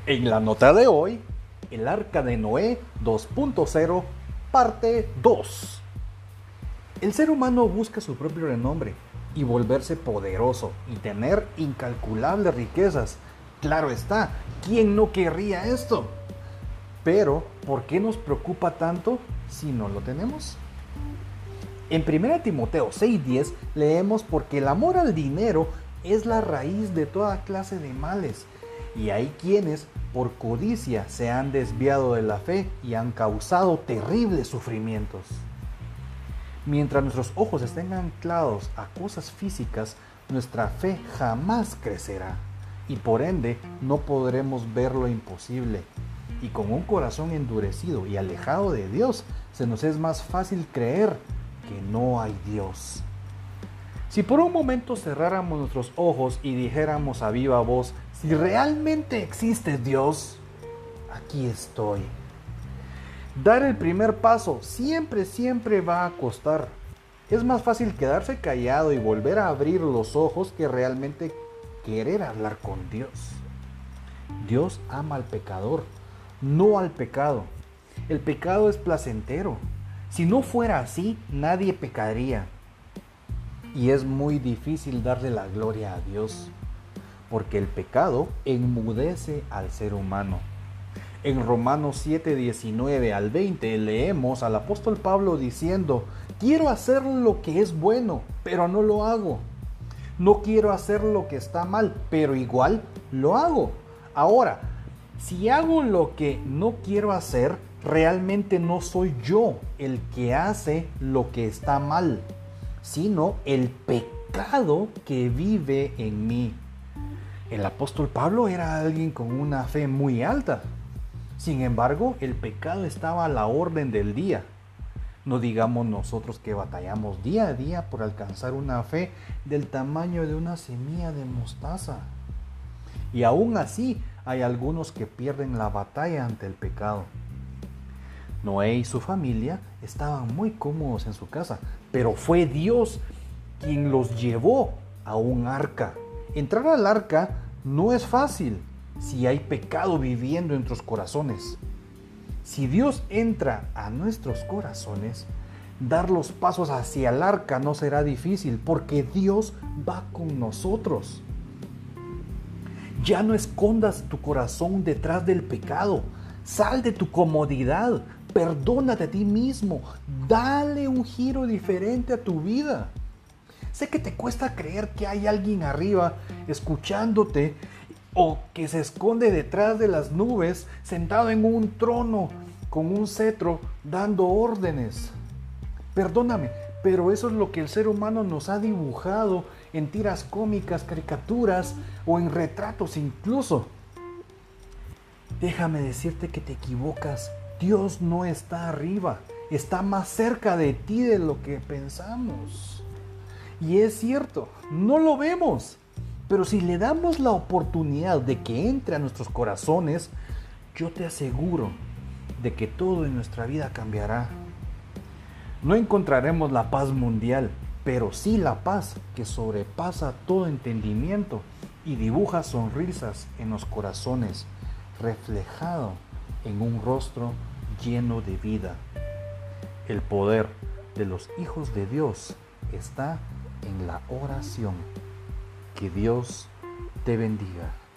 En la nota de hoy, el Arca de Noé 2.0, parte 2. El ser humano busca su propio renombre y volverse poderoso y tener incalculables riquezas. Claro está, ¿quién no querría esto? Pero, ¿por qué nos preocupa tanto si no lo tenemos? En 1 Timoteo 6:10 leemos: porque el amor al dinero es la raíz de toda clase de males, y hay quienes por codicia se han desviado de la fe y han causado terribles sufrimientos. Mientras nuestros ojos estén anclados a cosas físicas, nuestra fe jamás crecerá y por ende no podremos ver lo imposible. Y con un corazón endurecido y alejado de Dios, se nos es más fácil creer que no hay Dios. Si por un momento cerráramos nuestros ojos y dijéramos a viva voz: si realmente existe Dios, aquí estoy. Dar el primer paso siempre va a costar. Es más fácil quedarse callado y volver a abrir los ojos que realmente querer hablar con Dios. Dios ama al pecador, no al pecado. El pecado es placentero. Si no fuera así, nadie pecaría. Y es muy difícil darle la gloria a Dios, porque el pecado enmudece al ser humano. En Romanos 7:19 al 20 leemos al apóstol Pablo diciendo: quiero hacer lo que es bueno, pero no lo hago. No quiero hacer lo que está mal, pero igual lo hago. Ahora, si hago lo que no quiero hacer, realmente no soy yo el que hace lo que está mal, sino el pecado que vive en mí. El apóstol Pablo era alguien con una fe muy alta. Sin embargo, el pecado estaba a la orden del día. No digamos nosotros que batallamos día a día por alcanzar una fe del tamaño de una semilla de mostaza. Y aún así, hay algunos que pierden la batalla ante el pecado. Noé y su familia estaban muy cómodos en su casa, pero fue Dios quien los llevó a un arca. Entrar al arca no es fácil si hay pecado viviendo en nuestros corazones. Si Dios entra a nuestros corazones, dar los pasos hacia el arca no será difícil, porque Dios va con nosotros. Ya no escondas tu corazón detrás del pecado. Sal de tu comodidad. Perdónate a ti mismo. Dale un giro diferente a tu vida. Sé que te cuesta creer que hay alguien arriba escuchándote, o que se esconde detrás de las nubes, sentado en un trono con un cetro dando órdenes. Perdóname, pero eso es lo que el ser humano nos ha dibujado en tiras cómicas, caricaturas o en retratos incluso. Déjame decirte que te equivocas. Dios no está arriba, está más cerca de ti de lo que pensamos. Y es cierto, no lo vemos, pero si le damos la oportunidad de que entre a nuestros corazones, yo te aseguro de que todo en nuestra vida cambiará. No encontraremos la paz mundial, pero sí la paz que sobrepasa todo entendimiento y dibuja sonrisas en los corazones, reflejado en un rostro lleno de vida. El poder de los hijos de Dios está en la oración. Que Dios te bendiga.